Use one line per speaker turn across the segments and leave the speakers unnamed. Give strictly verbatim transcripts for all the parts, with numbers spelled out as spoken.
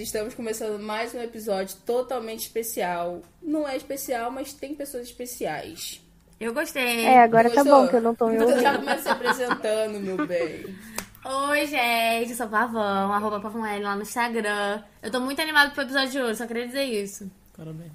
estamos começando mais um episódio totalmente especial. Não é especial, mas tem pessoas especiais.
Eu gostei.
É, agora
Gostou?
tá bom que eu não tô me
Então
ouvindo.
já começa se apresentando, meu bem.
Oi, gente, eu sou Pavão, arroba Pavão L lá no Instagram. Eu tô muito animada pro episódio de hoje, só queria dizer isso.
Parabéns.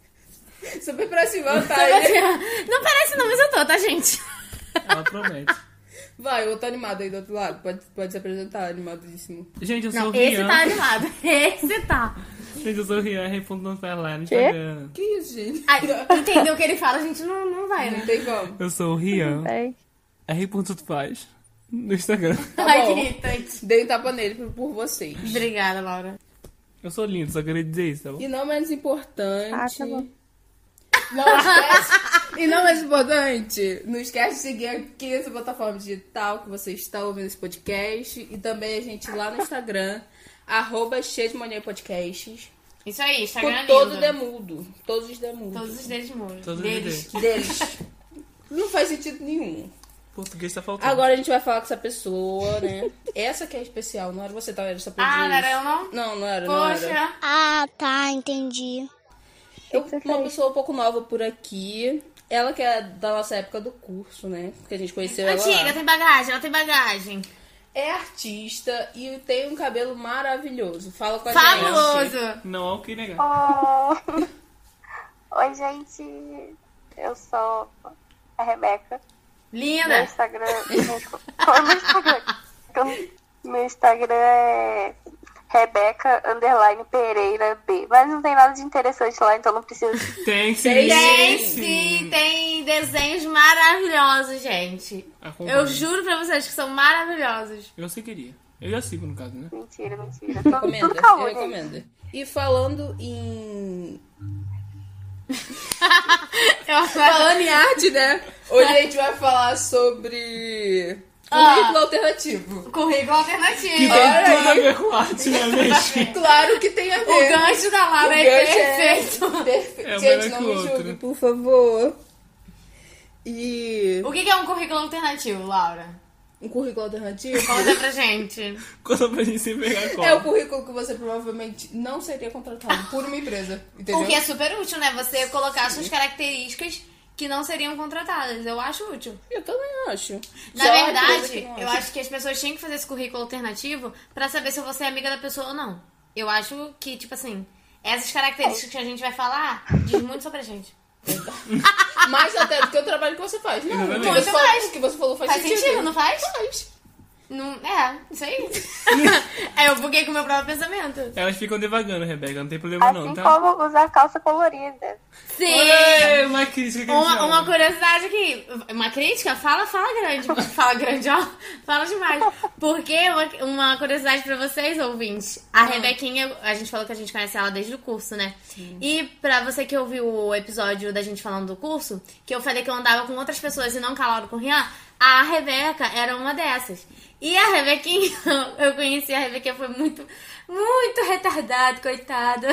Super pra cima, tá aí.
Não parece não, mas eu tô, tá, gente?
Ela promete.
Vai, eu tô animado aí do outro lado. Pode, pode se apresentar, animadíssimo.
Gente, eu sou
Não,
o Rian.
esse tá animado. Esse tá.
Gente, eu sou o Rian, R.Underline no Instagram.
Que isso, gente?
Ai, entendeu o que ele fala, a gente não, não vai,
Não
né?
tem como.
Eu sou o Rian,
É.
R.Faz no Instagram.
Tá
Ai,
bom.
que irritante.
Dei um tapa nele por, por vocês.
Obrigada, Laura.
Eu sou lindo, só queria dizer isso, tá bom?
E não menos importante...
Ah, tá bom.
Não esquece. E não mais importante, não esquece de seguir aqui essa plataforma digital que você está ouvindo esse podcast. E também a gente lá no Instagram, arroba cheio de mania podcasts.
Isso aí, Instagram
Com todo
lindo.
demudo. Todos os demudos.
Todos os deles muros.
Todos os
Deles.
Deles. Não faz sentido nenhum.
Português tá faltando.
Agora a gente vai falar com essa pessoa, né? Essa que é especial, não era você, tá? Era só pra
Ah,
dizer
não era
isso.
eu não?
Não, não era, não era.
Poxa.
Ah, tá, entendi.
Eu,
que você
uma
fez?
pessoa um pouco nova por aqui. Ela que é da nossa época do curso, né? Que a gente conheceu ela
Antiga,
lá.
tem bagagem, ela tem bagagem.
É artista e tem um cabelo maravilhoso. Fala com a gente.
Fabuloso.
Não há o que negar.
Oh. Oi, gente. Eu sou a Rebeca. Meu
Linda.
Instagram... Gente, qual é o meu Instagram? Meu Instagram é Rebeca Underline Pereira B. Mas não tem nada de interessante lá, então não precisa...
Tem sim.
Tem sim, tem desenhos maravilhosos, gente.
Acompanhe.
Eu juro pra vocês que são maravilhosos.
Eu seguiria. Eu já sigo, no caso, né?
Mentira, mentira. Tudo,
Recomenda,
tudo caô,
eu
gente.
recomendo. E falando em...
Eu
Falando em arte, né? Hoje a gente vai falar sobre...
Ah.
Currículo alternativo.
Currículo
Que
alternativo.
tem
Olha
tudo a
aí.
ver com arte, não é mesmo?
Claro que tem a ver.
O gancho da Laura
O
é
gancho
perfeito.
perfeito.
É um
Gente,
melhor
não
que
me
o outro.
julgue, por favor. E...
O que que é um currículo alternativo, Laura?
Um currículo alternativo?
Conta pra gente.
Conta pra gente sem pegar cola.
É o currículo que você provavelmente não seria contratado por uma empresa, entendeu?
O que é super útil, né? Você colocar suas características que não seriam contratadas. Eu acho útil.
Eu também acho.
Na
Só a empresa
verdade,
que não
eu
acha.
acho que as pessoas tinham que fazer esse currículo alternativo pra saber se você é amiga da pessoa ou não. Eu acho que, tipo assim, essas características que a gente vai falar diz muito sobre a gente.
Mais até do que o trabalho que você faz. Não, o que
Exatamente.
você,
Muito
falou,
mais.
o que você falou faz,
Faz sentido, não faz?
Faz.
Não, é, isso aí. É, eu buguei com o meu próprio pensamento.
Elas ficam devagando, Rebeca. Não tem problema não,
Assim
tá?
como usar calça colorida.
Sim!
Ei, uma crítica que a gente
Uma,
ama.
uma curiosidade aqui. Uma crítica? Fala, fala grande. Fala grande, ó. Fala demais. Porque uma, uma curiosidade pra vocês, ouvintes. A Rebequinha, a gente falou que a gente conhece ela desde o curso, né? E pra você que ouviu o episódio da gente falando do curso, que eu falei que eu andava com outras pessoas e não calado com o Rian, a Rebeca era uma dessas. E a Rebequinha, eu conheci a Rebequinha, foi muito, muito retardada, coitada.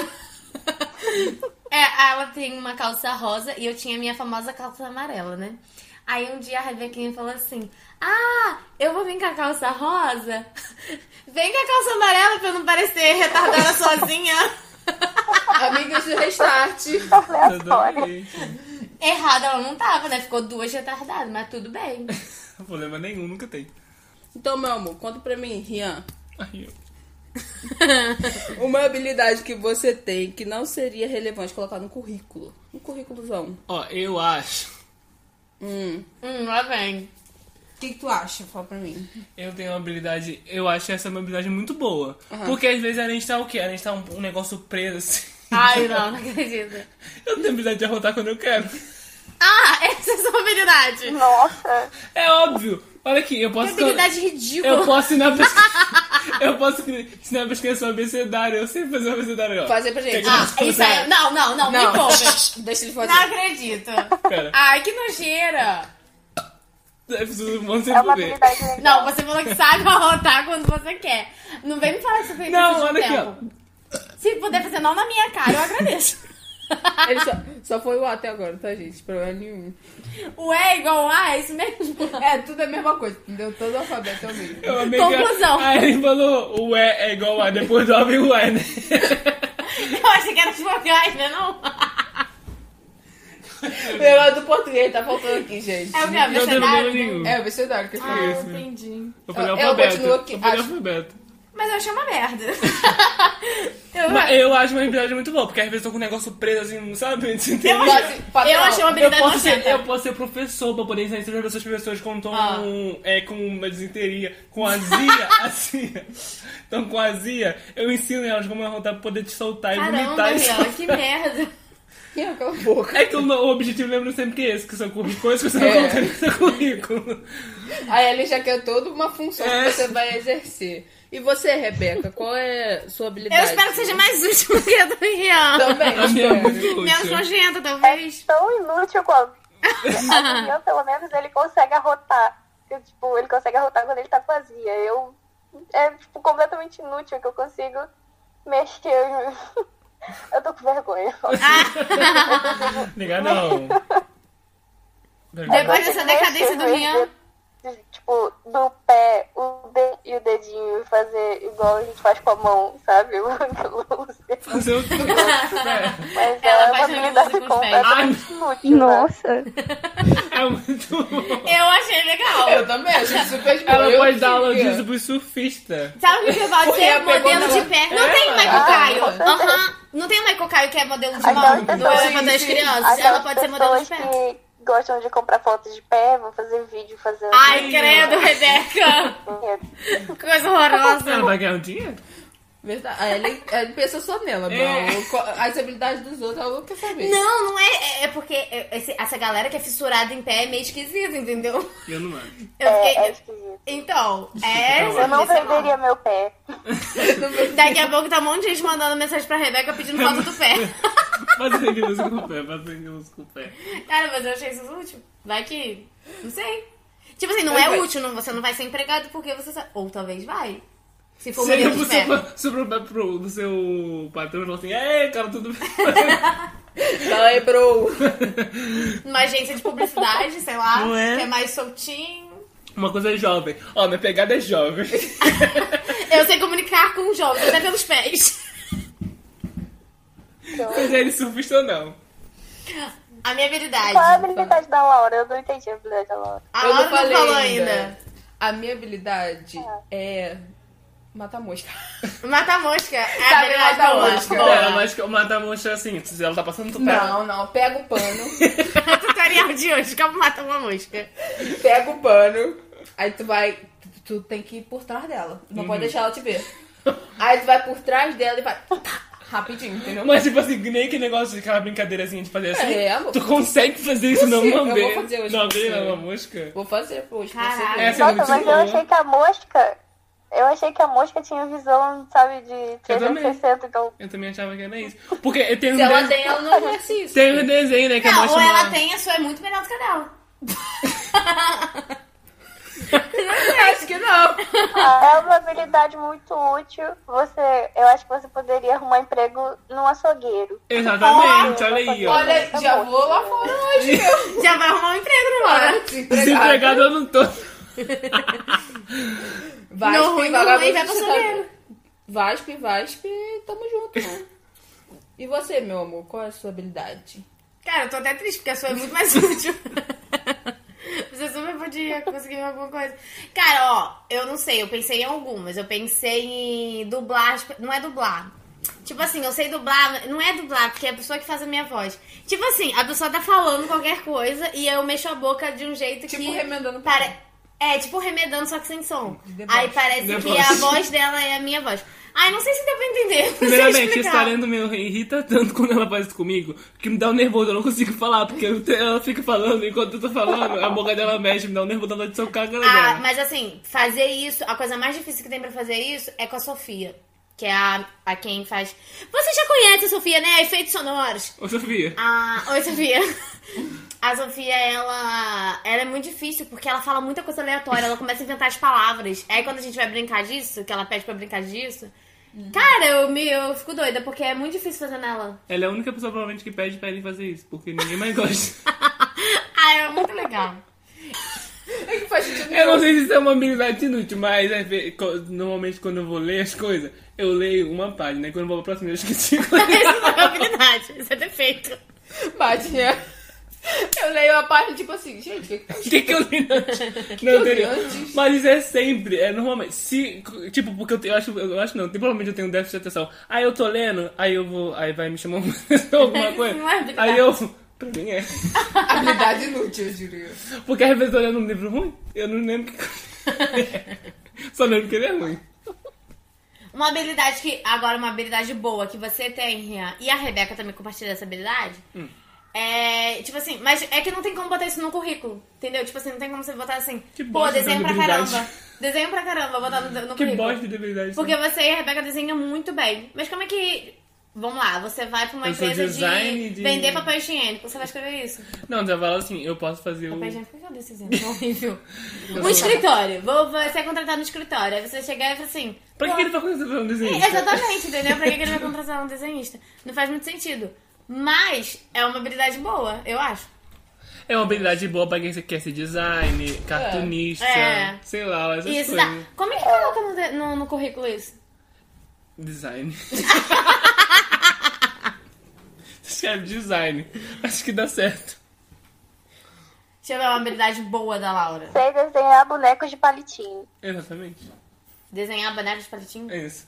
É, ela tem uma calça rosa e eu tinha a minha famosa calça amarela, né? Aí um dia a Rebequinha falou assim: ah, eu vou vir com a calça rosa. Vem com a calça amarela pra eu não parecer retardada sozinha.
Amigas do Restart.
Aleatório.
Errada ela não tava, né? Ficou duas retardadas, mas tudo bem.
Problema nenhum, nunca tem.
Então, meu amor, conta pra mim, Rian.
Ai, eu...
Uma habilidade que você tem que não seria relevante colocar no currículo. No currículozão.
Ó, eu acho...
Hum.
Hum, lá vem.
O que, que tu acha? Fala pra mim.
Eu tenho uma habilidade... Eu acho essa uma habilidade muito boa.
Aham.
Porque às vezes a gente tá o quê? A gente tá um, um negócio preso assim.
Ai, não, não acredito.
Eu tenho habilidade de arrotar quando eu quero.
Ah, essa é a sua habilidade.
Nossa.
É óbvio. Olha aqui, eu
Que
posso...
habilidade ridícula.
Eu posso ensinar pra... eu posso ensinar pra crianças um abecedário. Eu sei fazer um abecedário. Ó.
Fazer pra gente.
Ah, isso aí. Não, não, não, me
Não.
poupe.
Deixa ele fazer.
Não acredito.
Pera.
Ai, que nojeira.
É preciso você
É uma
ver.
habilidade legal.
Não, você falou que sabe arrotar quando você quer. Não vem me falar que você fez
Não,
isso de
olha aqui,
tempo. Se puder fazer não na minha cara, eu agradeço.
Ele só, só foi o A até agora, tá, gente? Problema nenhum.
O E é igual A, é isso mesmo?
É, tudo é a mesma coisa, entendeu? Todo alfabeto é o mesmo.
Eu amei que a-
Conclusão.
Aí ele falou, o E é igual a, depois do A vem o E, né?
Eu achei que era de vogais, né não?
O negócio do português tá faltando aqui, gente.
É o que?
Não tem problema
Abecedário?
nenhum.
É, o abecedário que eu
Ah,
falei.
Isso.
entendi.
Eu falei
Eu- eu
alfabeto.
continuo aqui,
Eu falei
acho-
alfabeto.
Mas eu achei uma merda. eu,
Mas eu acho uma habilidade muito boa, porque às vezes eu tô com um negócio preso assim, sabe? Você entende?
eu, acho,
Patrão,
eu achei uma
Eu
habilidade
posso, ser,
nojenta.
eu posso ser professor pra poder ensinar isso para pessoas, pessoas quando estão
Ah.
é, com uma desinteria, com azia, azia. Estão com azia, eu ensino elas como arrotar pra poder te soltar e
Caramba,
vomitar. isso.
Rian, que merda.
Ih, cala a boca.
É que o, o objetivo lembra sempre que é esse, que são currículos, coisas que você
É.
não coloca no seu currículo.
Aí ele já quer toda uma função
É.
que você vai exercer. E você, Rebeca, qual é a sua habilidade?
Eu espero que seja mais útil do que a do Rian.
Também,
A minha é muito
espero.
Menos
útil.
nojenta,
É
talvez.
tão inútil quanto. A Juliana, pelo menos, ele consegue arrotar. Eu, tipo, ele consegue arrotar quando ele tá vazia. Eu. É, tipo, completamente inútil que eu consigo mexer. Eu tô com vergonha.
Ligar não.
Depois dessa decadência do Rian.
Tipo, do pé, o de, e o dedinho, e fazer igual a gente faz com a mão, sabe? O Lúcia.
Fazer o que?
Mas
Ela
é uma
faz
habilidade
com os pés.
completamente inútil. né?
Nossa.
É muito bom.
Eu achei legal.
Eu também, achei super de boa.
Ela
Eu
pode dar aula
queria.
disso pros surfistas.
Sabe o que pode
Porque
ser?
ela pegou
Modelo
na-
de pé. Não
É,
tem o Michael
ah,
Caio.
com certeza.
Aham. Não tem o Michael Caio que é modelo de
Aquelas
mão. Do
pessoas-
Eu para as crianças.
Aquelas
Ela pode ser modelo de pé.
pessoas que gostam de comprar fotos de pé, vão fazer vídeo fazendo.
Ai, credo, Rebeca. Coisa horrorosa.
Ela vai ganhar um dinheiro?
Verdade. Aí ele, ele pensa só nela,
É.
não. Co- As habilidades dos outros, ela não quer saber.
Não, não é. É porque esse- essa galera que é fissurada em pé é meio esquisita, entendeu?
Eu não acho.
Eu
É,
fiquei-
é esquisito.
Então, é.
Eu não
sei lá.
perderia meu pé.
Daqui a pouco tá um monte de gente mandando mensagem pra Rebeca pedindo foto do pé.
Fazer aquilo com o pé, fazer aquilo com o pé.
Cara, mas eu achei isso útil. Vai que. Não sei. Tipo assim, não
Vai,
é
vai.
útil, não, você não vai ser empregado porque você sabe. Ou talvez vai. Se for
Chega
modelo
pro
de pé.
seu, sobre, pro, pro, do seu patrão e fala assim, ei, cara, tudo bem?
Fala aí, bro.
Numa agência de publicidade, sei lá,
Não é?
que é mais soltinho.
Uma coisa jovem. Ó, minha pegada é jovem.
Eu sei comunicar com jovens, até pelos pés.
Mas é ele surfista ou não?
A minha habilidade.
Qual é a habilidade da Laura? Eu não entendi a habilidade da Laura.
A
Eu
Laura
não
não
falei
falou
ainda.
ainda.
A minha habilidade é matar mosca.
Mata mosca. É a
Sabe,
habilidade
mata
boa.
mosca.
Boa.
É, mas que mata a mosca assim, se ela tá passando tu pé.
Não, não. Pega o pano.
Tutorial de hoje, como matar uma mosca.
Pega o pano. Aí tu vai... Tu, tu tem que ir por trás dela. Não pode deixar ela te ver. Aí tu vai por trás dela e vai... Rapidinho, entendeu?
Mas tipo assim, que nem aquele negócio, aquela brincadeirazinha de fazer assim.
É, amor.
Tu consegue fazer isso não
Consigo,
uma
eu vou
vez?
fazer hoje
Não,
pra
vez
você.
não, uma mosca.
Vou fazer hoje pra você
Caralho.
ver.
Essa é muito
Nossa, mas eu
boa.
achei que a mosca. Eu achei que a mosca tinha visão, sabe, de trezentos e sessenta, então.
Eu também achava que era isso. Porque tem um,
Se ela
desenho,
tem, ela não exerce isso.
tem um desenho, né, que
Não,
mostra
ou ela
uma...
tem, a sua é muito melhor do que a dela.
Acho que não.
Ah, é uma habilidade muito útil. Você, eu acho que você poderia arrumar emprego num açougueiro.
Exatamente, olha aí, ó.
Olha, já vou lá fora hoje, meu.
Já vai arrumar um emprego, não vai?
Desempregado eu não tô.
Vasp,
Não, ruim, não,
vagabundo,
ruim, vai pro
você
açougueiro.
tá... Vasp, Vasp, tamo junto, né? E você, meu amor, qual é a sua habilidade?
Cara, eu tô até triste, porque a sua é muito mais útil. Você super podia conseguir alguma coisa. Cara, ó, eu não sei, eu pensei em algumas. Eu pensei em dublar, não é dublar. Tipo assim, eu sei dublar, não é dublar, porque é a pessoa que faz a minha voz. Tipo assim, a pessoa tá falando qualquer coisa e eu mexo a boca de um jeito
Tipo
que...
remedando o
pare... É, tipo remedando, só que sem som.
deboche.
Aí parece
Deboche.
que a voz dela é a minha voz. Ai, não sei se deu pra entender. Não sei
Primeiramente, esse
explicar.
talento meu irrita tanto quando ela faz isso comigo, que me dá um nervoso, eu não consigo falar, porque eu te- ela fica falando, enquanto eu tô falando, a boca dela mexe, me dá um nervoso de socar a cara
Ah,
dela.
mas assim, fazer isso, a coisa mais difícil que tem pra fazer isso é com a Sofia. Que é a, a quem faz... Você já conhece a Sofia, né? Efeitos sonoros.
Ô, Sofia.
Ah, oi, Sofia. A Sofia, ela, ela é muito difícil, porque ela fala muita coisa aleatória, ela começa a inventar as palavras. Aí quando a gente vai brincar disso, que ela pede pra brincar disso, Cara, eu, me, eu fico doida, porque é muito difícil fazer nela.
Ela é a única pessoa provavelmente que pede pra ele fazer isso, porque ninguém mais gosta.
Ah, é muito legal.
É que faz sentido.
Eu não sei se isso é uma habilidade inútil, mas é, ve- co- normalmente quando eu vou ler as coisas, eu leio uma página, e quando eu vou pra próxima eu esqueci.
Isso não é habilidade, isso é defeito.
Página. Eu leio a página tipo assim, gente, o que que tá
O que, que eu li antes? Não,
Eu li
anterior.
antes.
Mas isso é sempre, é normalmente. Se, tipo, porque eu, te- eu acho, eu acho não, tem, provavelmente eu tenho déficit de atenção. Aí eu tô lendo, aí eu vou, aí vai me chamar alguma coisa.
Não é habilidade.
Aí eu, pra mim é.
habilidade inútil, eu diria.
Porque às vezes eu tô lendo um livro ruim, eu não lembro que. Só lembro que ele é ruim.
Uma habilidade que, agora uma habilidade boa que você tem, Rian, e a Rebeca também compartilha essa habilidade,
Hum.
é, tipo assim, mas é que não tem como botar isso no currículo, entendeu? Tipo assim, não tem como você botar assim,
Que
pô,
bosta de
desenho pra
habilidade.
caramba, desenho pra caramba, botar no, no
Que
currículo.
bosta de habilidade.
Porque você e a Rebeca desenham muito bem, mas como é que... Vamos lá, você vai pra uma
Eu sou
empresa
design
de,
de-
vender papel higiênico, você vai escrever isso?
Não, já fala assim, eu posso fazer o.
Papel higiênico, por que eu dei esse exemplo? É horrível. Um escritório, vou, você é contratado no escritório, aí você chegar e fala assim...
Pra que
pô,
que ele tá fazendo um desenho?
É, exatamente, entendeu? Pra que que ele vai contratar um desenhista? Não faz muito sentido. Mas é uma habilidade boa, eu acho.
É uma habilidade boa pra quem quer ser design, cartunista,
É.
sei lá, essas
Isso
coisas.
dá. Como é que coloca no, de- no, no currículo isso?
Design. Escreve design. Acho que dá certo.
Deixa eu ver uma habilidade boa da Laura.
Sei desenhar bonecos de palitinho.
Exatamente.
Desenhar bonecos de palitinho?
É isso.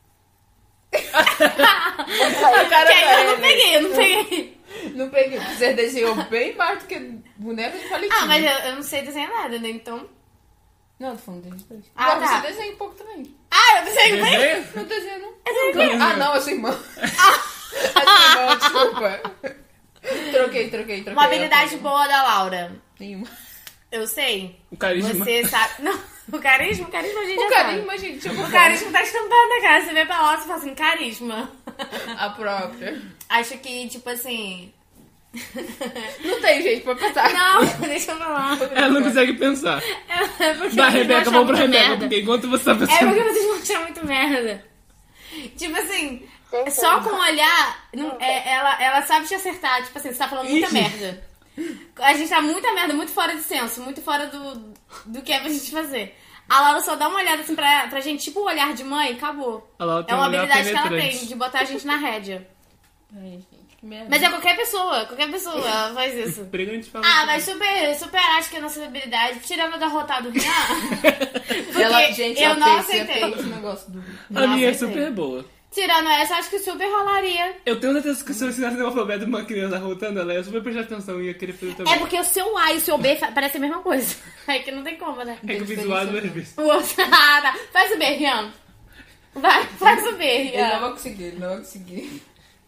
Cara,
Que aí eu não
velho.
peguei, eu não peguei.
Não peguei. Você desenhou bem mais do que boneco de palitinho.
Ah, mas eu, eu não sei desenhar nada, né? Então...
Não, tô falando deles dois.
Ah,
não,
tá.
você desenha um pouco também.
Ah, eu desenho bem?
Desenho?
Não desenha, não.
Eu desenho bem.
Ah, não, a sua irmã. A sua irmã, desculpa. Troquei, troquei, troquei.
Uma habilidade boa da Laura.
Nenhuma.
Eu sei.
O carisma.
Você sabe... Não, o carisma, o carisma a gente
O
já
carisma,
sabe.
gente, eu vou
O carisma tá estampado na cara. Você vê pra lá e fala assim, carisma.
A própria.
Acho que, tipo assim...
Não tem jeito pra pensar.
Não, deixa eu falar.
Ela não consegue pensar.
É porque
Da
vocês
Rebeca,
vão
vamos pra
achar muita
Rebeca,
merda.
porque enquanto você tá
É
pensando.
porque vocês vão achar muito merda. Tipo assim,
Sim,
só
sim.
com olhar, não- é, ela, ela sabe te acertar. Tipo assim, você tá falando muita
Ixi.
merda. A gente tá muita merda, muito fora de senso, muito fora do, do que é pra gente fazer. A Laura só dá uma olhada assim pra, pra gente, tipo o olhar de mãe, acabou.
A Laura tem
É uma
um olhar
habilidade que ela
penetrante.
tem, de botar a gente na rédea.
Ai, gente, que merda.
Mas é qualquer pessoa, qualquer pessoa ela faz isso.
Pregante fala.
Ah, mas super, super acho que é a nossa habilidade, tirando a da rotada do Rian. Porque
Ela, gente,
eu
ela
não
fez
aceitei.
esse negócio do...
A minha é
aceitei.
super boa.
Tirando essa, acho que super rolaria.
Eu tenho certeza que se eu ensinasse o alfabeto de uma criança arrotando, ela ia super prestar atenção e ia querer fazer também.
É porque o seu A e o seu B fa- parecem a mesma coisa. É que não tem como, né?
É que eu fiz zoado duas vezes.
O outro... Ah, tá. Faz o B, Rian. Vai, faz o B,
Ele não
Rian.
vai conseguir, ele não vai conseguir.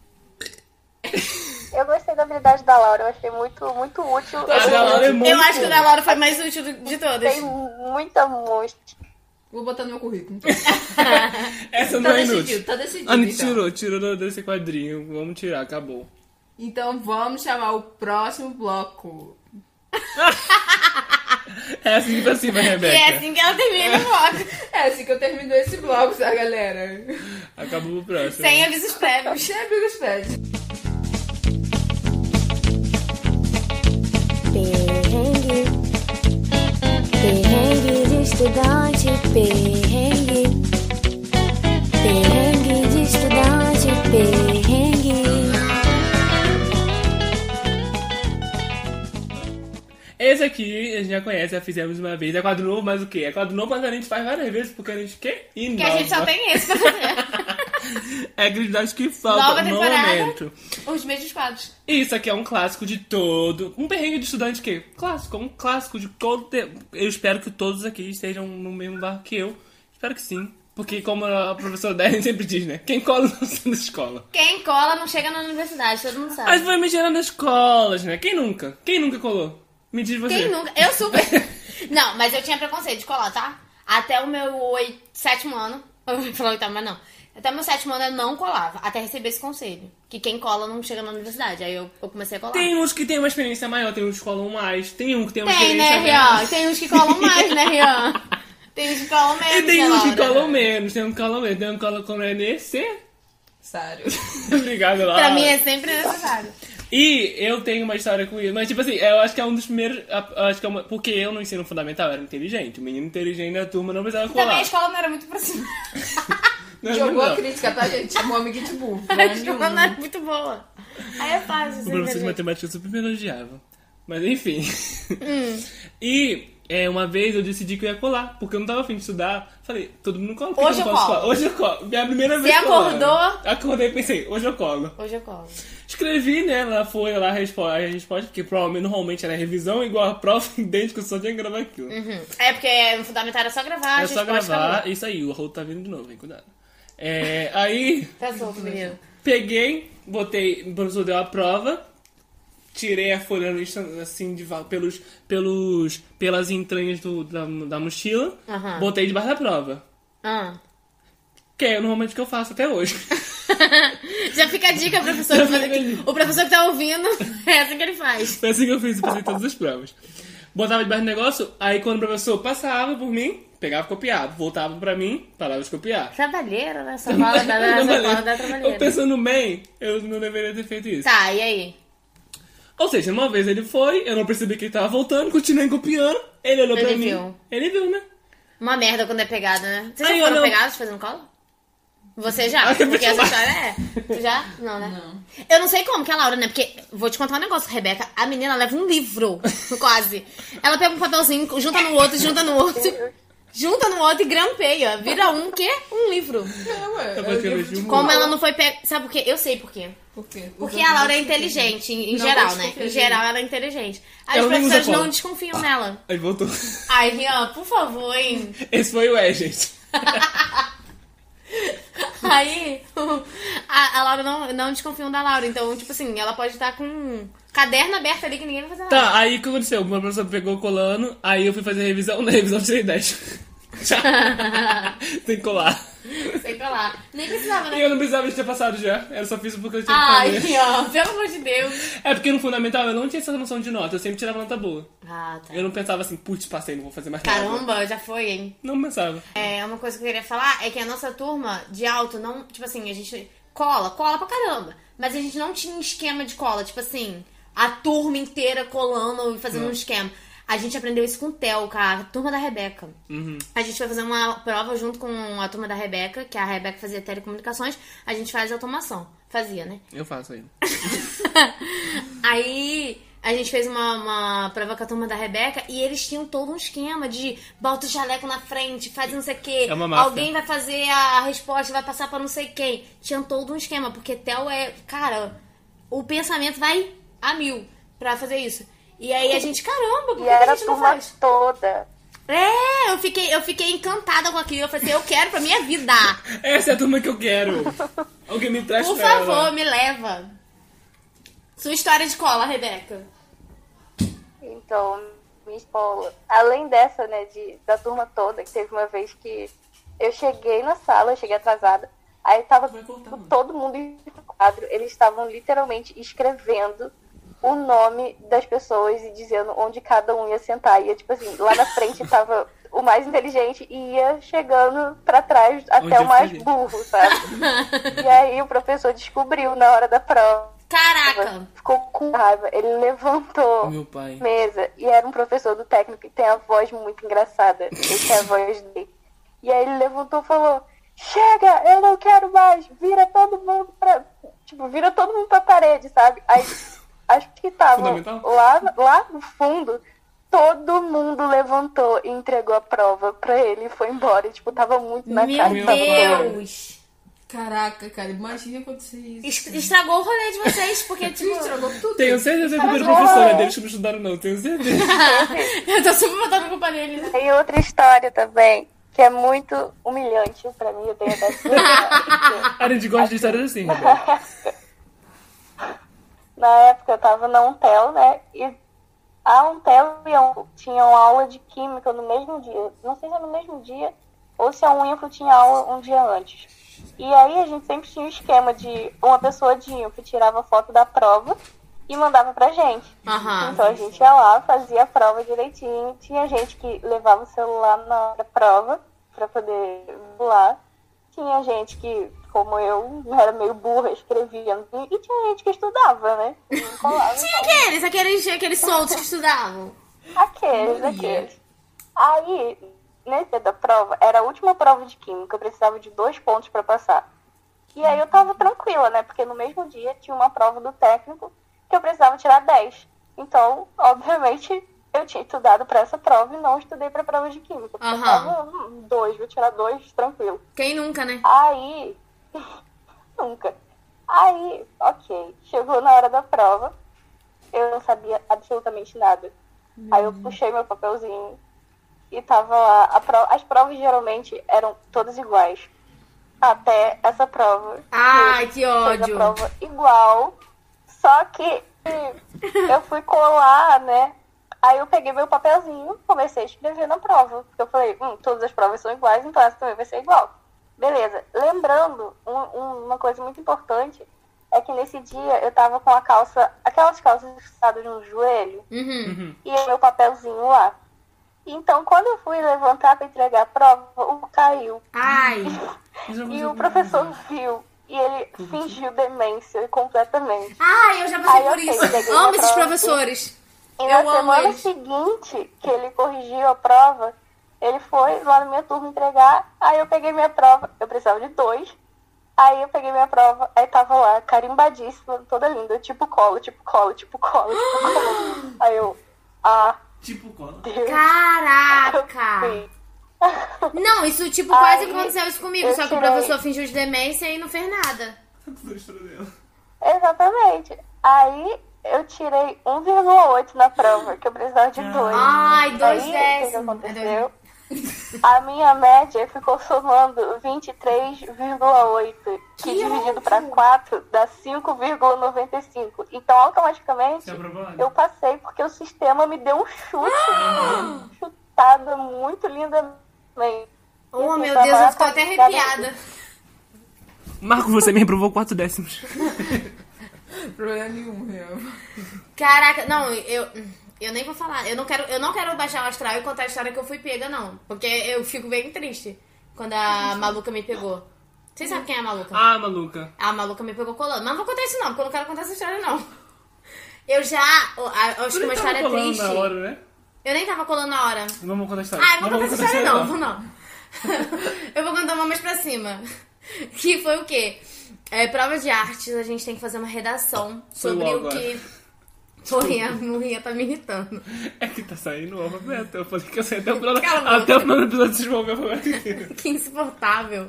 Eu gostei da habilidade da Laura, eu achei muito, muito útil.
A da Laura é muito
Eu acho que o da Laura foi mais útil do- de todas.
Tem muita música.
Vou botar no meu currículo.
Essa não
Tá
é inútil.
decidido, tá decidido.
Ah, não
então.
tirou, tirou desse quadrinho. Vamos tirar, acabou.
Então vamos chamar o próximo bloco.
É assim pra cima,
E
Rebeca.
é assim que ela termina o bloco.
É assim que eu termino esse bloco, tá, galera?
Acabou o próximo.
Sem avisos prévios.
Sempre os pés.
Perrengue, perrengue de estudante, perrengue, perrengue de estudante, perrengue.
Esse aqui a gente já conhece, já fizemos uma vez. É quadro novo, mas o quê? É quadro novo, mas a gente faz várias vezes porque a gente quer
Que a gente só tem esse pra fazer.
É a atividade que falta
Nova
no
temporada.
momento.
Os mesmos quadros.
Isso aqui é um clássico de todo. Um perrengue de estudante que? Clássico, um clássico de todo. te- Eu espero que todos aqui estejam no mesmo barco que eu. Espero que sim. Porque, como a professora Dani sempre diz, né? Quem cola não sai da escola.
Quem cola não chega na universidade, todo mundo sabe.
Mas vai me gerar nas escolas, né? Quem nunca? Quem nunca colou? Me diz você.
Quem nunca? Eu super. Não, mas eu tinha preconceito de colar, tá? Até o meu oito, sétimo ano. Eu vou falar oitavo, mas não. Até o meu sétimo ano eu não colava. Até receber esse conselho. Que quem cola não chega na universidade. Aí eu, eu comecei a colar.
Tem uns que tem uma experiência maior, tem uns que colam mais. Tem um que tem uma
Tem,
experiência
né, Rian?
menos.
Tem uns que colam mais, né, Rian? Tem uns que colam menos.
E tem
né,
uns que
Laura?
colam menos, tem um que colam menos, tem um que colam com N C.
Sério.
Obrigado, Laura.
Pra mim é sempre necessário.
E eu tenho uma história com isso, mas tipo assim, eu acho que é um dos primeiros. eu Acho que é uma, porque eu no ensino fundamental era inteligente. O menino inteligente da turma não precisava
Também a
colar.
escola não era muito pra cima.
Não,
Jogou
não,
a
não.
crítica, tá, gente? Chamou amiguinho de burro.
A escola não era muito boa. Aí é fácil.
O
você
professor de
entender.
matemática super me elogiava. Mas enfim.
Hum.
E é, uma vez eu decidi que eu ia colar, porque eu não tava afim de estudar. Falei, todo mundo cola, por que
Hoje
eu
eu
não posso
colo.
colar? Hoje eu colo. Minha primeira
Você
vez colando.
acordou?
Acordei e pensei, hoje eu colo.
Hoje eu colo.
Escrevi, né? Ela foi lá a resposta, a resposta, porque provavelmente normalmente era revisão igual a prova, idêntico, só tinha que gravar aquilo.
Uhum. É porque no fundamental era só gravar, a
É
gente
só
pode
gravar,
falar.
isso aí, o Raul tá vindo de novo, hein? Cuidado. É, aí,
Tá solto, menino.
peguei, botei, o professor deu a prova, tirei a folha lista, assim, de, va- pelos, pelos, pelas entranhas do, da, da mochila,
Aham.
botei debaixo da prova.
Ah.
Que é normalmente o que eu faço até hoje.
Já fica a dica, professor.
Já fica a dica.
O professor que tá ouvindo, é assim que ele faz.
Foi assim que eu fiz, eu passei todas as provas. Botava debaixo do negócio, aí quando o professor passava por mim, pegava e copiava. Voltava pra mim, parava de copiar.
Trabalheira, né? Essa fala da, essa fala da
Eu
trabalheira.
pensando bem, eu não deveria ter feito isso.
Tá, e aí?
Ou seja, uma vez ele foi, eu não percebi que ele tava voltando, continuei copiando, ele olhou
Ele
pra mim.
viu.
Ele viu, né?
Uma merda quando é pegado, né? Vocês
Ai,
já
eu
foram
não.
pegados fazendo cola? Você já?
Ah, eu
Porque essa
vou te
história é. Tu já? Não, né?
Não.
Eu não sei como que a Laura, né? Porque, vou te contar um negócio, Rebeca. A menina leva um livro, quase. Ela pega um papelzinho, junta no outro, junta no outro, junta no outro e grampeia. Vira um quê? Um livro.
É, ué.
Eu
é
vou escrever
livro de
junto.
Como
cola.
ela não foi pega. Sabe por quê? Eu sei por quê.
Por quê?
Porque
Os
a Laura é
outros não
inteligente, em, em
Não
geral,
vou
né?
desconfiar
Em
de
geral, ela é inteligente. Aí
Ela
os
nem usa
professores
cola.
não desconfiam dela.
Aí voltou.
Ai, Rian, por favor, hein?
Esse foi o E, gente.
Aí, a, a Laura não, não desconfiam da Laura. Então, tipo assim, ela pode estar com um caderno aberto ali que ninguém vai fazer nada.
Tá, aí o que aconteceu? O meu professor pegou colando, aí eu fui fazer revisão, na revisão eu tirei dez. Já. Tem que colar.
Sei lá. Nem precisava,
E
né?
eu não precisava de ter passado já. Eu só fiz porque eu tinha que
Ai,
fazer.
Rian, pelo amor de Deus.
É porque no fundamental eu não tinha essa noção de nota, eu sempre tirava nota boa.
Ah, tá.
Eu não pensava assim, putz, passei, não vou fazer mais nada.
Caramba, já foi, hein?
Não pensava.
É, uma coisa que eu queria falar é que a nossa turma de alto não, tipo assim, a gente cola, cola pra caramba. Mas a gente não tinha um esquema de cola, tipo assim, a turma inteira colando e fazendo
Não.
um esquema. A gente aprendeu isso com o Theo, com a turma da Rebeca.
Uhum.
A gente foi fazer uma prova junto com a turma da Rebeca, que a Rebeca fazia telecomunicações, a gente faz automação. Fazia, né?
Eu faço ainda.
Aí a gente fez uma, uma prova com a turma da Rebeca e eles tinham todo um esquema de bota o jaleco na frente, faz não sei o quê.
É uma máfia.
Alguém vai fazer a resposta, vai passar pra não sei quem. Tinha todo um esquema, porque Theo é... Cara, o pensamento vai a mil pra fazer isso. E aí a gente, caramba, por que
E
a
era a
gente não
turma
faz?
toda.
É, eu fiquei, eu fiquei encantada com aquilo. Eu falei assim, eu quero pra minha vida.
Essa é a turma que eu quero. Alguém me traz
Por
pra
favor,
ela.
me leva. Sua história de cola, Rebeca.
Então, minha escola, além dessa, né, de, da turma toda, que teve uma vez que eu cheguei na sala, eu cheguei atrasada, aí tava
Vai cortar,
tipo,
mano.
todo mundo em quadro, eles estavam literalmente escrevendo o nome das pessoas e dizendo onde cada um ia sentar. Ia, tipo assim, lá na frente tava o mais inteligente e ia chegando pra trás até
Onde
o
eu
mais
fiquei.
burro, sabe? E aí o professor descobriu na hora da prova.
Caraca.
Ficou com raiva. Ele levantou
Meu pai.
mesa e era um professor do técnico que tem a voz muito engraçada. Esse é a voz dele. E aí ele levantou e falou: chega, eu não quero mais, vira todo mundo pra. Tipo, vira todo mundo pra parede, sabe? Aí acho que tava
Fundamental?
lá, lá no fundo, todo mundo levantou e entregou a prova pra ele e foi embora. E, tipo, tava muito na
Meu
cara que tava rolando.
Deus.
Caraca, cara, imagina acontecer isso.
Est- Estragou o rolê de vocês, porque, tipo...
Estragou tudo.
Tenho certeza que a culpa
Caramba.
professora deles que não estudaram, não. Tenho certeza.
Eu tô super botando culpa nele, né?
Tem outra história também, que é muito humilhante pra mim. Eu tenho até que
A gente gosta de histórias assim, Roberto.
Na época eu tava na Untel, né? E a Untel e a Unfo tinham aula de química no mesmo dia. Não sei se é no mesmo dia ou se a Unfo tinha aula um dia antes. E aí a gente sempre tinha o esquema de uma pessoa de Info tirava foto da prova e mandava pra gente.
Aham.
Então a gente ia lá, fazia a prova direitinho. Tinha gente que levava o celular na hora da prova pra poder voar. Tinha gente que, como eu, era meio burra, escrevia. E tinha gente que estudava, né? E colava,
Tinha
então.
aqueles, aqueles, aqueles soltos que estudavam.
Aqueles,
Maria.
aqueles. Aí, nesse dia da prova, era a última prova de química, eu precisava de dois pontos pra passar. E aí eu tava tranquila, né? Porque no mesmo dia tinha uma prova do técnico que eu precisava tirar dez. Então, obviamente, eu tinha estudado pra essa prova e não estudei pra prova de química. Porque eu
Aham.
tava, hum, dois, vou tirar dois, tranquilo.
Quem nunca, né?
Aí, nunca. Aí, ok, chegou na hora da prova, eu não sabia absolutamente nada. Aí eu puxei meu papelzinho e tava lá. A pro... As provas geralmente eram todas iguais. Até essa prova.
Ai, que
Fez a
ódio.
prova igual. Só que eu fui colar, né? Aí eu peguei meu papelzinho, comecei a escrever na prova. Porque eu falei, hum, todas as provas são iguais, então essa também vai ser igual. Beleza. Lembrando, um, um, uma coisa muito importante é que nesse dia eu tava com a calça, aquelas calças encrustadas no joelho,
Uhum.
e o meu papelzinho lá. Então, quando eu fui levantar pra entregar a prova, o caiu.
Ai.
E o professor viu. E ele fingiu demência completamente.
Ai, eu já passei
Aí,
por
ok,
isso.
peguei
Amo
a
esses
prova.
professores.
E
Eu
na
amo
semana
eles.
seguinte, que ele corrigiu a prova, ele foi lá na minha turma entregar. Aí eu peguei minha prova. Eu precisava de dois. Aí eu peguei minha prova. Aí tava lá, carimbadíssima, toda linda. Tipo colo, tipo colo, tipo colo, tipo colo. Aí eu, ah,
Tipo cola.
Deus.
Caraca.
Sim.
Não, isso tipo quase
Aí,
aconteceu isso comigo.
eu
Só que o
tirei-
professor fingiu de demência e não fez nada.
Tudo a história dela.
Exatamente. Aí eu tirei um vírgula oito na prova, que eu precisava de dois.
Ai, dois
Aí, o que que
décimos.
aconteceu? A minha média ficou somando vinte e três vírgula oito, que,
Que
dividido
ótimo.
para quatro dá cinco vírgula noventa e cinco. Então, automaticamente,
Você aprovou?
eu passei porque o sistema me deu um chute. Chutada muito lindamente.
Oh,
Isso,
meu
foi a
Deus, eu
maior
estou até
quantidade-
arrepiada.
Marco, você me reprovou quatro décimos.
Problema nenhum, real.
Caraca, não, eu, eu nem vou falar. Eu não quero, eu não quero baixar o astral e contar a história que eu fui pega, não. Porque eu fico bem triste quando a maluca me pegou. Vocês sabem quem é a maluca?
Ah, maluca.
A maluca me pegou colando. Mas não vou contar isso não, porque eu não quero contar essa história, não. Eu já... a- Acho
Tu
que uma
nem tava
história
colando
triste.
na hora, né?
Eu nem tava colando na hora.
Não vamos contar a história.
Ah, eu vou contar essa história não,
não.
vou não. Eu vou contar uma mais pra cima. Que foi o quê? É, prova de artes, a gente tem que fazer uma redação
Foi
sobre
o
o
agora.
que... Foi, a Lurinha tá me irritando.
É que tá saindo o alfabeto. Eu falei que eu sei até o final,
Cala a boca.
até o final do episódio se desenvolver o alfabeto.
Que insuportável.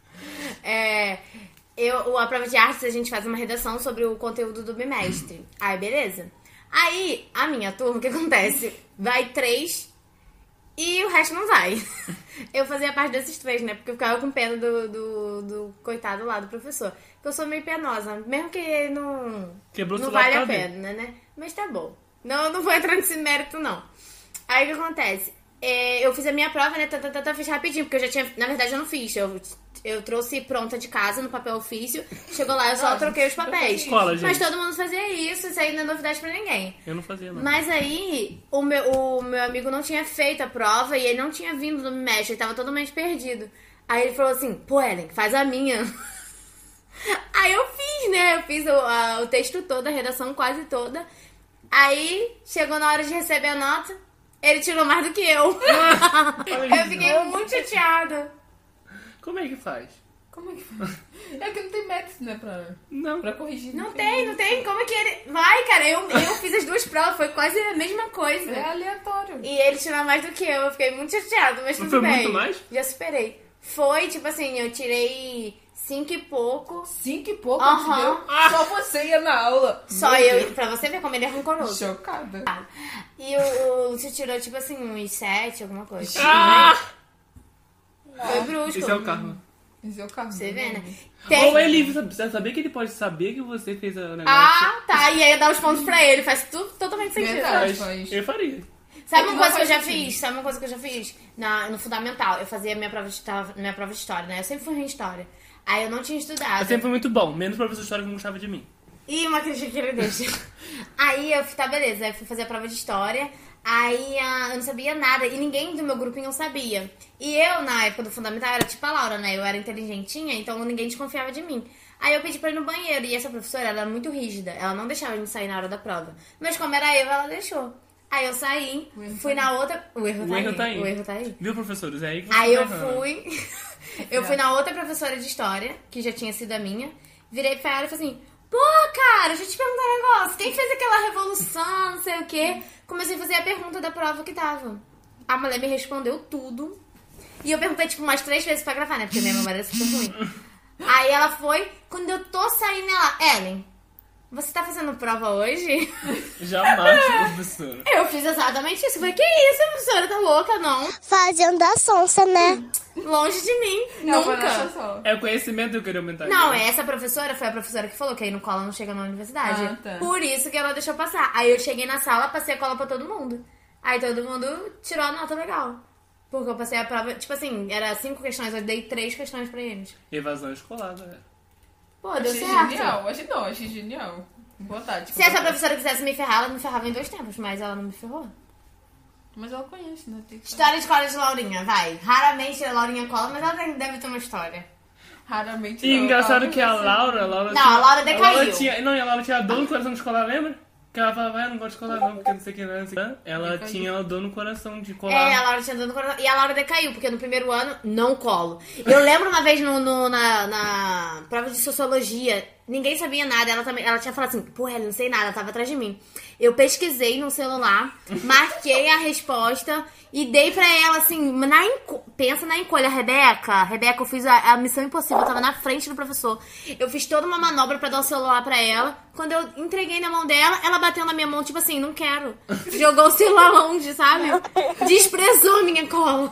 É, eu, a prova de artes, a gente faz uma redação sobre o conteúdo do bimestre. Aí, beleza. Aí, a minha turma, o que acontece? Vai três e o resto não vai. Eu fazia parte desses três, né? Porque eu ficava com pena do, do, do coitado lá, do professor. Porque eu sou meio penosa. Mesmo que não,
Quebrou
não
seu lado
vale a
pra ver.
pena, né? Mas tá bom. Não, não vou entrar nesse mérito, não. Aí, o que acontece? É, eu fiz a minha prova, né? Tá, tá, tá, tá, fiz rapidinho, porque eu já tinha... Na verdade, eu não fiz. Eu, eu trouxe pronta de casa, no papel ofício. Chegou lá, eu só troquei os papéis.
Escola, gente.
Mas todo mundo fazia isso, isso aí não é novidade pra ninguém.
Eu não fazia, não.
Mas aí, o meu, o meu amigo não tinha feito a prova e ele não tinha vindo no Bimestre, ele tava totalmente perdido. Aí ele falou assim, pô, Ellen, faz a minha. Aí eu fiz, né? Eu fiz o, a- o texto todo, a redação quase toda. Aí, chegou na hora de receber a nota, ele tirou mais do que eu. Eu fiquei muito chateada.
Como é que faz?
Como é que faz? É que não tem método, né, pra,
Não.
pra corrigir.
Não tem, não tem. Como é que ele... Vai, cara, eu, eu fiz as duas provas, foi quase a mesma coisa.
É aleatório.
E ele tirou mais do que eu, eu fiquei muito chateada, mas
Não
tudo
foi
bem.
muito mais?
Já superei. Foi, tipo assim, eu tirei cinco e pouco.
Cinco e pouco
Aham.
te deu. Só você ia na aula.
Só
Meu
eu,
Deus.
pra você ver como ele é rancoroso.
Chocada.
E o, o Lúcio tirou, tipo assim, uns sete, alguma coisa.
Ah!
Foi brusco.
Esse é o karma.
Esse é o carro.
Você vê, né?
Ou
Tem...
ele você sabia que ele pode saber que você fez o negócio.
Ah, tá. E aí dá os pontos pra ele. Faz tudo totalmente sentido.
Verdade.
Mas
faz.
eu faria.
Sabe
É que
uma
não
coisa que eu
faz
já
sentido.
fiz? Sabe uma coisa que eu já fiz? Na, no fundamental, eu fazia minha prova de, histó- minha prova de história, né? Eu sempre fui em história. Aí eu não tinha estudado.
Eu sempre fui muito bom, menos o professor de história que não gostava de mim.
E uma crítica que ele deixa. Aí eu fui, tá, beleza. Aí eu fui fazer a prova de história. Aí ah, eu não sabia nada. E ninguém do meu grupinho sabia. E eu, na época do fundamental, era tipo a Laura, né? Eu era inteligentinha, então ninguém desconfiava de mim. Aí eu pedi pra ir no banheiro. E essa professora, ela era muito rígida. Ela não deixava a gente sair na hora da prova. Mas como era eu, ela deixou. Aí eu saí, fui na outra... O erro,
O
tá,
erro
aí.
tá aí.
O erro tá aí.
Viu, professores? É aí que você
Aí
tá
eu
errando.
fui... eu fui na outra professora de história, que já tinha sido a minha. Virei pra ela e falei assim... Pô, cara, deixa eu te perguntar um negócio. Quem fez aquela revolução, não sei o quê? Comecei a fazer a pergunta da prova que tava. A mulher me respondeu tudo. E eu perguntei, tipo, umas três vezes pra gravar, né? Porque minha memória era super ruim. Aí ela foi... Quando eu tô saindo, ela... Ellen, você tá fazendo prova hoje?
Jamais, professora.
Eu fiz exatamente isso. Eu falei, que isso, professora? Tá louca? Não.
Fazendo a sonsa, né?
Longe de mim.
Não, foi
Nunca.
nessa só.
É o conhecimento que eu queria aumentar.
Não,
aqui.
essa professora foi a professora que falou que aí no cola não chega na universidade.
Ah, tá.
Por isso que ela deixou passar. Aí eu cheguei na sala, passei a cola pra todo mundo. Aí todo mundo tirou a nota legal. Porque eu passei a prova, tipo assim, era cinco questões, eu dei três questões pra eles.
Evasão escolar, né?
Pô, deu
Achei
certo.
genial, achei não, achei genial. Boa tarde.
Se essa professora quisesse me ferrar, ela me ferrava em dois tempos, mas ela não me ferrou.
Mas ela conhece, né? Tem que saber.
História de cola de Laurinha, vai. Raramente a Laurinha cola, mas ela deve ter uma história.
Raramente
E
não,
engraçado
ela
que a
conhece.
Laura, a Laura
Não,
tinha,
a Laura decaiu.
tinha, não, e a Laura tinha dor no coração de escolar, lembra? Que ela falava, ah, eu não gosto de colar não, porque não sei o que, não sei o que. Ela
Decaiu.
tinha dor no coração de colar.
É, a Laura tinha dor no coração. E a Laura decaiu, porque no primeiro ano, não colo. Eu lembro uma vez no, no- na, na prova de sociologia, ninguém sabia nada. Ela também, ela tinha falado assim, pô, ela não sei nada, ela tava atrás de mim. Eu pesquisei no celular, marquei a resposta e dei pra ela, assim, na enco... pensa na encolha, Rebeca. Rebeca, eu fiz a, a missão impossível, eu tava na frente do professor. Eu fiz toda uma manobra pra dar o celular pra ela. Quando eu entreguei na mão dela, ela bateu na minha mão, tipo assim, não quero. Jogou o celular longe, sabe? Desprezou a minha cola.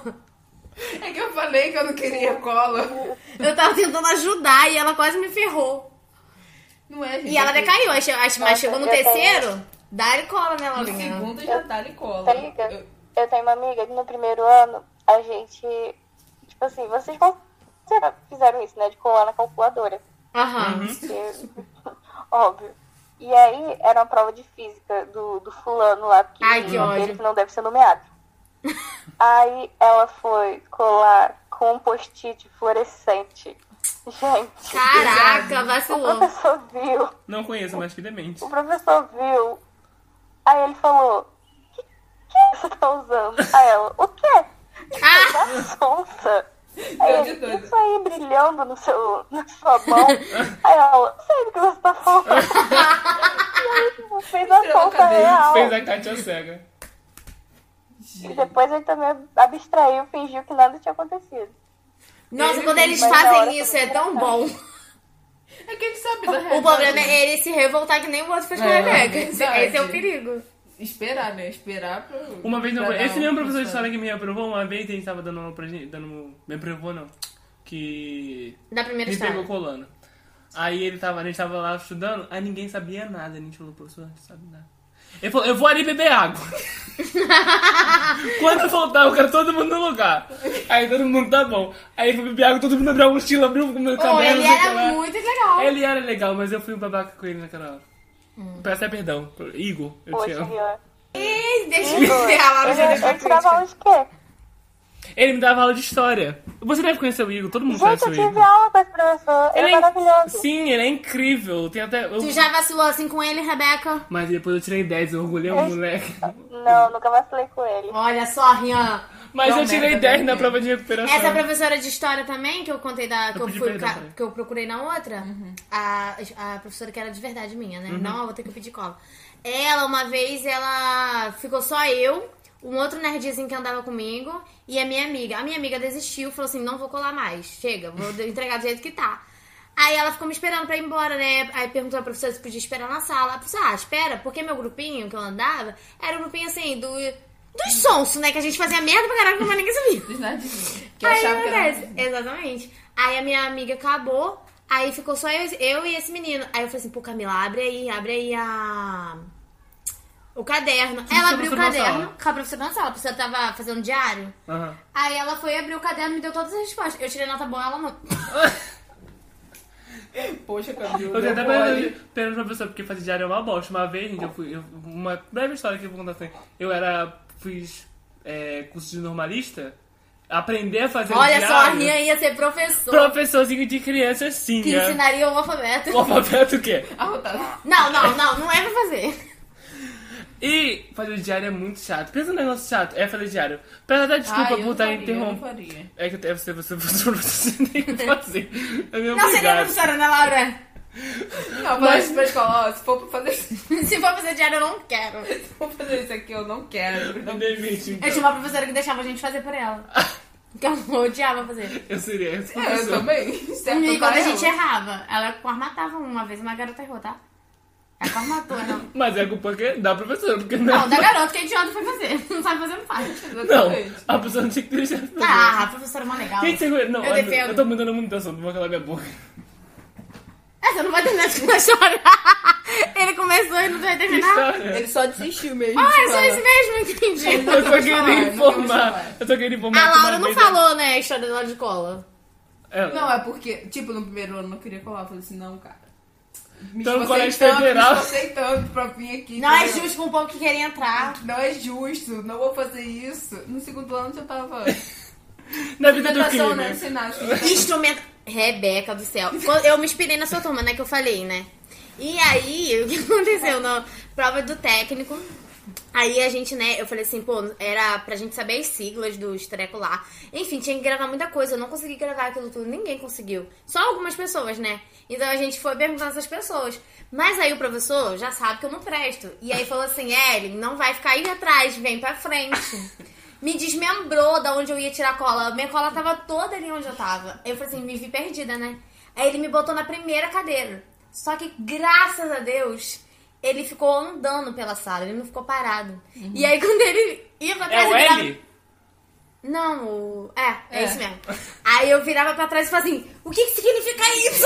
É que eu falei que eu não queria cola.
Eu tava tentando ajudar e ela quase me ferrou.
Não é, gente.
E ela
é que
decaiu, aí che- aí- mas chegou no
eu tenho-
terceiro, dá-lhe cola, né,
No
Laurinha?
segundo já dá-lhe cola.
Tá ligado?
Eu-
Eu tenho uma amiga que no primeiro ano a gente. Tipo assim, vocês com- já fizeram isso, né? De colar na calculadora.
Aham.
Porque- Óbvio. E aí era uma prova de física do, do fulano lá, que
Ai, que ódio.
ele que não deve ser nomeado. Aí ela foi colar com um post-it fluorescente. Gente,
Caraca,
o
vacilou.
professor viu.
Não conheço, mas que demente.
O professor viu. Aí ele falou: O que, que você tá usando? Aí ela: O quê?
Ah!
Da sonsa. Aí
Deu de
ele:
doido.
Isso aí brilhando no seu, na sua mão. Aí ela: Sei do que você tá falando. E aí tipo, fez a
Tirou a
sonsa
cadeira,
real.
Fez a Kátia cega.
E depois ele também abstraiu, fingiu que nada tinha acontecido.
Nossa,
Ele
quando
fez,
eles
mas na hora
fazem
foi
isso, é
muito
tão
engraçado.
bom.
É que ele sabe da realidade.
O problema é ele se revoltar que nem o outro fez com a
É,
Rebeca. Esse,
verdade.
esse é o perigo.
Esperar, né? Esperar pra...
Uma vez, não,
pra dar
esse
um-
mesmo professor de história que me aprovou, uma vez a gente tava dando aula pra gente, dando, me aprovou não, que
Da primeira
me pegou
história.
colando. Aí ele tava, a gente tava lá estudando, aí ninguém sabia nada, a gente falou, professor, não sabe nada. Ele falou, eu vou ali beber água. Quando faltar, eu quero todo mundo no lugar. Aí todo mundo tá bom. Aí ele foi beber água, todo mundo abriu a mochila, abriu o meu
Pô,
cabelo.
ele
não sei o que
era
lá.
muito legal.
Ele era legal, mas eu fui um babaca com ele naquela hora. Peço até perdão. Igor, eu te
Poxa,
amo.
Rian.
Ih, deixa eu
Igor,
ver a Laura já
ele,
deixou a
ele tirava
crítica.
aula de quê?
Ele me dava aula de história. Você deve conhecer o Igor, todo mundo conhece
Gente, eu
o
tive
Igor.
aula com esse professor. Ele, é maravilhoso.
Sim, ele é incrível. Tem até. eu-
Tu já vacilou assim com ele, Rebeca?
Mas depois eu tirei dez, eu orgulhei o moleque.
Não, nunca vacilei com ele.
Olha só, Rian.
Mas eu
Não,
tirei
merda,
dez
né?
na prova de recuperação.
Essa professora de história também, que eu contei da. Que eu,
pedi
fui,
perdão
ca-
pra ele.
que eu procurei na outra, a, a professora que era de verdade minha, né? Não a outra que eu pedi cola. Ela, uma vez, ela ficou só eu, um outro nerdzinho que andava comigo e a minha amiga. A minha amiga desistiu, falou assim: não vou colar mais, chega, vou entregar do jeito que tá. Aí ela ficou me esperando pra ir embora, né? Aí perguntou pra professora se podia esperar na sala. A professora, ah, espera, porque meu grupinho que eu andava era um grupinho assim, do. Dos sonsos, né? Que a gente fazia merda pra caralho, mas ninguém sabia.
Dos nadinhos. Que
Aí
achava que era...
acontece. Exatamente. Aí a minha amiga acabou, aí ficou só eu, eu e esse menino. Aí eu falei assim, pô, Camila, abre aí, abre aí a... o caderno.
Você
Ela
foi
abriu o
professora na
caderno
sala?
com a professora na sala. A professora tava fazendo diário.
Aham.
Aí ela foi abrir o caderno e me deu todas as respostas. Eu tirei nota boa, ela não.
Poxa, Camila.
Eu tenho até
pode.
pena pena do professor, porque fazer diário é uma bosta. Uma vez, gente, eu fui. Eu, uma breve história que eu vou contar assim. Eu era. Fiz é, curso de normalista. Aprender a fazer
Olha
diário.
só, a Rian ia ser professor.
Professorzinho de criança, sim.
Que
né?
ensinaria o alfabeto.
O alfabeto o quê?
Arrotado.
Não, não, não, não é pra fazer.
E fazer diário é muito chato. Pensa num negócio chato, é fazer diário. Peço até desculpa
Ah, eu
por
não
estar
faria, eu não
interrompendo.
faria.
É que até você, você, você, você tem que fazer. É meio
Não seria
obrigado.
professora, né, Laura?
Não,
Mas-
mas pra escola, ó, se for pra fazer
Se for fazer diário, eu não quero.
se for fazer isso aqui, eu não quero.
Me demite, então.
Eu tinha uma professora que deixava a gente fazer por ela. Que eu odiava fazer.
Eu seria esse
É, eu
professor.
também. Certo,
E quando a
pra
gente
ela.
errava, ela quase matava uma vez, uma garota errou, tá? Ela quase matou, não.
Mas é culpa que da professora, porque não.
Não, da garota que a idiota foi fazer. Não sabe fazer, não faz.
Não,
Exatamente.
a pessoa não tinha que deixar de fazer.
Ah, a professora é mó legal.
Gente, segura. Não,
Eu
olha,
defendo.
eu tô mudando muito assunto, vou calar minha boca.
É, você não vai terminar de história. Ele começou e não vai
Que
terminar.
história?
Ele só desistiu mesmo.
Ah,
de
é só
falar.
isso mesmo, entendi.
Não
Eu só
quero
queria
falar, não quero
informar.
falar.
Eu só queria informar.
A
que uma
Laura não
vez-
falou, né, a história dela de cola.
Ela-
Não, é porque, tipo, no primeiro ano eu não queria colar. Eu falei assim, não, cara. Me
Então, no
esforcei
colégio
tanto,
federal-
Me esforcei tanto pra vir aqui.
Não é
entendeu?
justo com o povo que queria entrar.
Não é justo, não vou fazer isso. No segundo ano já tava.
Na vida do
Natação, né?
crime.
Ensinar assim.
Instrumento. Rebeca do céu. Quando- Eu me inspirei na sua turma, né? Que eu falei, né? E aí, o que aconteceu na prova do técnico? Aí a gente, né, eu falei assim, pô, era pra gente saber as siglas dos trecos lá. Enfim, tinha que gravar muita coisa. Eu não consegui gravar aquilo tudo, ninguém conseguiu. Só algumas pessoas, né? Então a gente foi perguntando essas pessoas. Mas aí o professor já sabe que eu não presto. E aí falou assim, Ellen, não vai ficar aí atrás, vem pra frente. Me desmembrou da onde eu ia tirar a cola. Minha cola tava toda ali onde eu tava. Eu falei assim, me vi perdida, né? Aí ele me botou na primeira cadeira. Só que, graças a Deus, ele ficou andando pela sala. Ele não ficou parado. E aí, quando ele ia pra trás...
É o
eu virava-
L?
Não, o... É, é,
É.
isso mesmo. Aí eu virava pra trás e falava assim, o que que significa Y?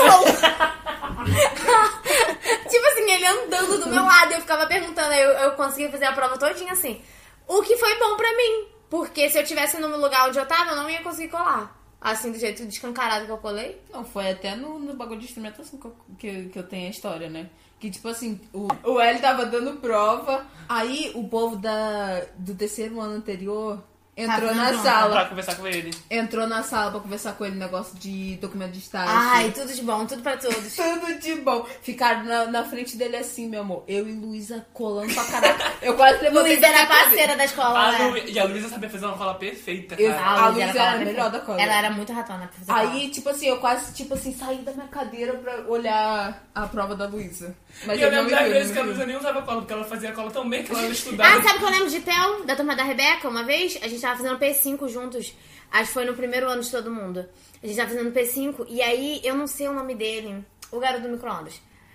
Tipo assim, ele andando do meu lado. Eu ficava perguntando. Aí eu, eu conseguia fazer a prova todinha assim. O que foi bom pra mim. Porque se eu tivesse no lugar onde eu tava, eu não ia conseguir colar. Assim, do jeito descancarado que eu colei.
Não, foi até no, no bagulho de instrumentação que eu, que, que eu tenho a história, né? Que tipo assim, o, o L tava dando prova, aí o povo da, do terceiro ano anterior entrou
Tava
na
dando
sala.
Pra conversar com ele.
Entrou na sala pra conversar com ele, negócio de documento de estágio.
Ai, tudo de bom, tudo pra todos.
Tudo de bom. Ficaram na, na frente dele assim, meu amor. Eu e Luísa colando pra caraca. Eu quase levantei
Luísa
da
era
cadeira.
parceira da escola,
A
né?
Lu... E a Luísa sabia fazer uma cola perfeita,
Eu-
cara.
A
Luísa
Luísa
cola
era a
perfeita.
melhor da cola.
Ela era muito ratona pra fazer cola.
Aí, tipo assim, eu quase, tipo assim, saí da minha cadeira pra olhar a prova da Luísa. Mas
E eu
ele não
lembro
me
das
viu,
vezes que a
não me
Luísa
viu.
nem usava cola, porque ela fazia cola tão bem que ela estudava.
Ah, sabe o que eu lembro de Theo, da turma da Rebeca? Uma vez, a gente tava fazendo P cinco juntos. Acho que foi no primeiro ano de todo mundo. A gente tava fazendo P cinco e aí, eu não sei o nome dele. O garoto do micro-ondas.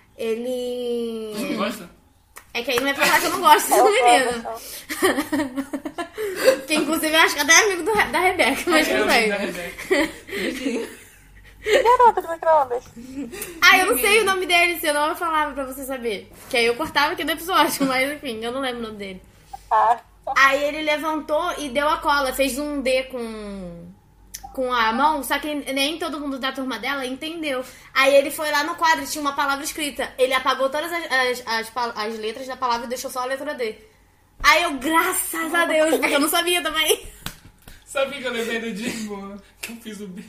Ele...
Você gosta?
É que aí não é pra falar que eu não gosto desse
É o
menino.
Anderson.
Que inclusive eu acho que até é amigo do Re- da Rebeca, mas
É,
não
eu
sei.
da Rebeca.
Garota do micro-ondas.
Ah, eu não sei o nome dele, senão eu falava pra você saber. Que aí eu cortava aqui do episódio, mas enfim, eu não lembro o nome dele.
Ah,
Aí ele levantou e deu a cola, fez um D com, com a mão, só que nem todo mundo da turma dela entendeu. Aí ele foi lá no quadro e tinha uma palavra escrita. Ele apagou todas as, as, as, pa- as letras da palavra e deixou só a letra D. Aí eu, graças a Deus, porque eu não sabia também.
Sabe que eu lembrei do dia que eu fiz o B?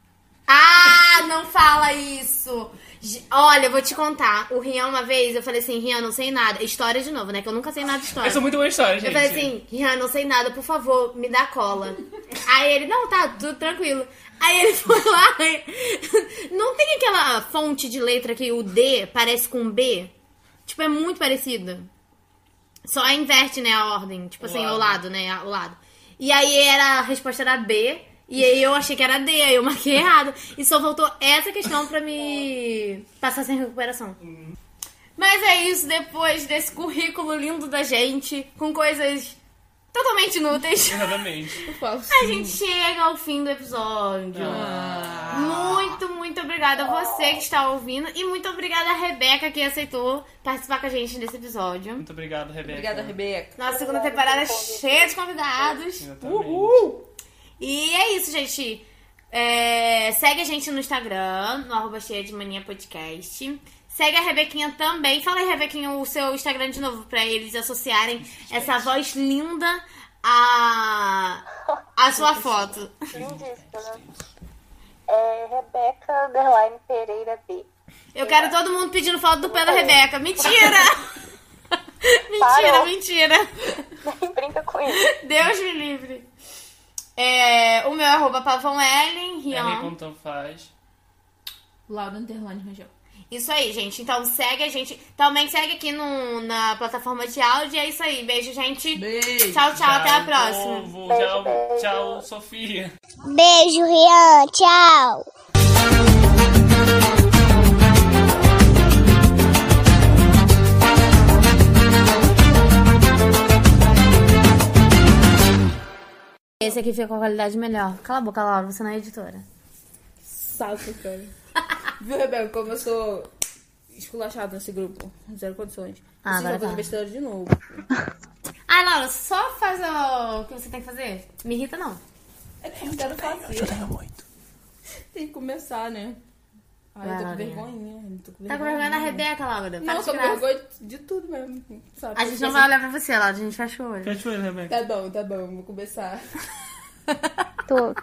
Ah, não fala isso. G- Olha, eu vou te contar. O Rian, uma vez, eu falei assim, Rian, não sei nada. História de novo, né? Que eu nunca sei nada de história.
Essa é muito boa história, gente.
Eu falei assim, Rian, não sei nada, por favor, me dá cola. Aí ele, não, tá, tudo tranquilo. Aí ele foi lá, e- não tem aquela fonte de letra que o D parece com B? Tipo, é muito parecido. Só inverte, né, a ordem. Tipo
O
assim,
lado.
o lado, né, o lado. E aí era, a resposta era B, e aí eu achei que era D, aí eu marquei errado. E só voltou essa questão pra me passar sem recuperação. Mas é isso, depois desse currículo lindo da gente, com coisas totalmente inúteis,
Exatamente.
a gente chega ao fim do episódio. Muito, muito obrigada a você que está ouvindo. E muito obrigada a Rebeca que aceitou participar com a gente desse episódio.
Muito obrigado, Rebeca.
Obrigada, Rebeca.
Nossa segunda temporada é cheia de convidados.
Exatamente.
E é isso, gente. É, segue a gente no Instagram, no arroba cheia de mania podcast. Segue a Rebequinha também. Fala aí, Rebequinha, o seu Instagram de novo, pra eles associarem essa voz linda a, a sua foto.
Lindíssima. É Rebeca underline Pereira B.
Eu quero todo mundo pedindo foto do pé da Rebeca. Mentira! mentira,
Parou.
mentira.
Nem brinca com isso.
Deus me livre. É, o meu é arroba Pavão Ellen,
É
Rian.
como tanto faz.
Laura Underline Rangel.
Isso aí, gente. Então segue a gente. Também segue aqui no, na plataforma de áudio. E é isso aí. Beijo, gente.
Beijo.
Tchau, tchau. Até a próxima.
Povo.
Beijo,
Tchau,
beijo.
tchau, Sofia.
Beijo, Rian. Tchau.
Esse aqui fica com a qualidade melhor. Cala a boca, Laura. Você não é editora.
Saco, cara. Viu, Rebeca, como eu sou esculachada nesse grupo. Zero condições.
Ah,
Vocês
agora
vão fazer
tá.
besteira de novo.
Ai, Laura, só faz o que você tem que fazer. Me irrita, não.
É que eu não quero fazer.
muito.
Tem que começar, né? Ai, eu tô com
Vai,
vergonhinha. eu Tô com
Tá com vergonha da Rebeca, Laura. Para
Não,
de
tô com
graça.
vergonha de tudo mesmo. Sabe?
A gente não vai olhar pra você, Laura. A gente fecha o olho.
Fecha o olho, Rebeca.
Tá bom, tá bom. Vou começar.
Tô.